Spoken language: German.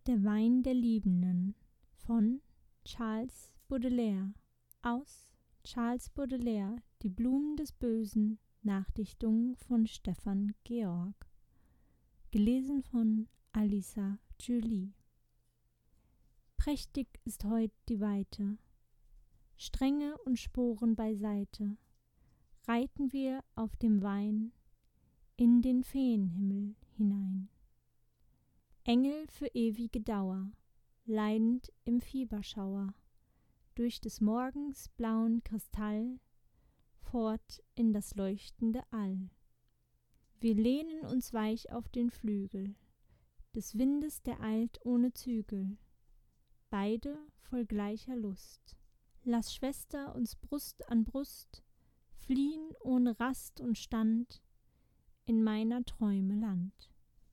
Der Wein der Liebenden von Charles Baudelaire. Aus Charles Baudelaire, Die Blumen des Bösen, Nachdichtung von Stefan Georg. Gelesen von Alisa Julie. Prächtig ist heut die Weite, Stränge und Sporen beiseite, reiten wir auf dem Wein in den Feenhimmel hinein. Engel für ewige Dauer, leidend im Fieberschauer, durch des Morgens blauen Kristall, fort in das leuchtende All. Wir lehnen uns weich auf den Flügel des Windes, der eilt ohne Zügel, beide voll gleicher Lust. Lass, Schwester, uns Brust an Brust fliehen ohne Rast und Stand in meiner Träume Land.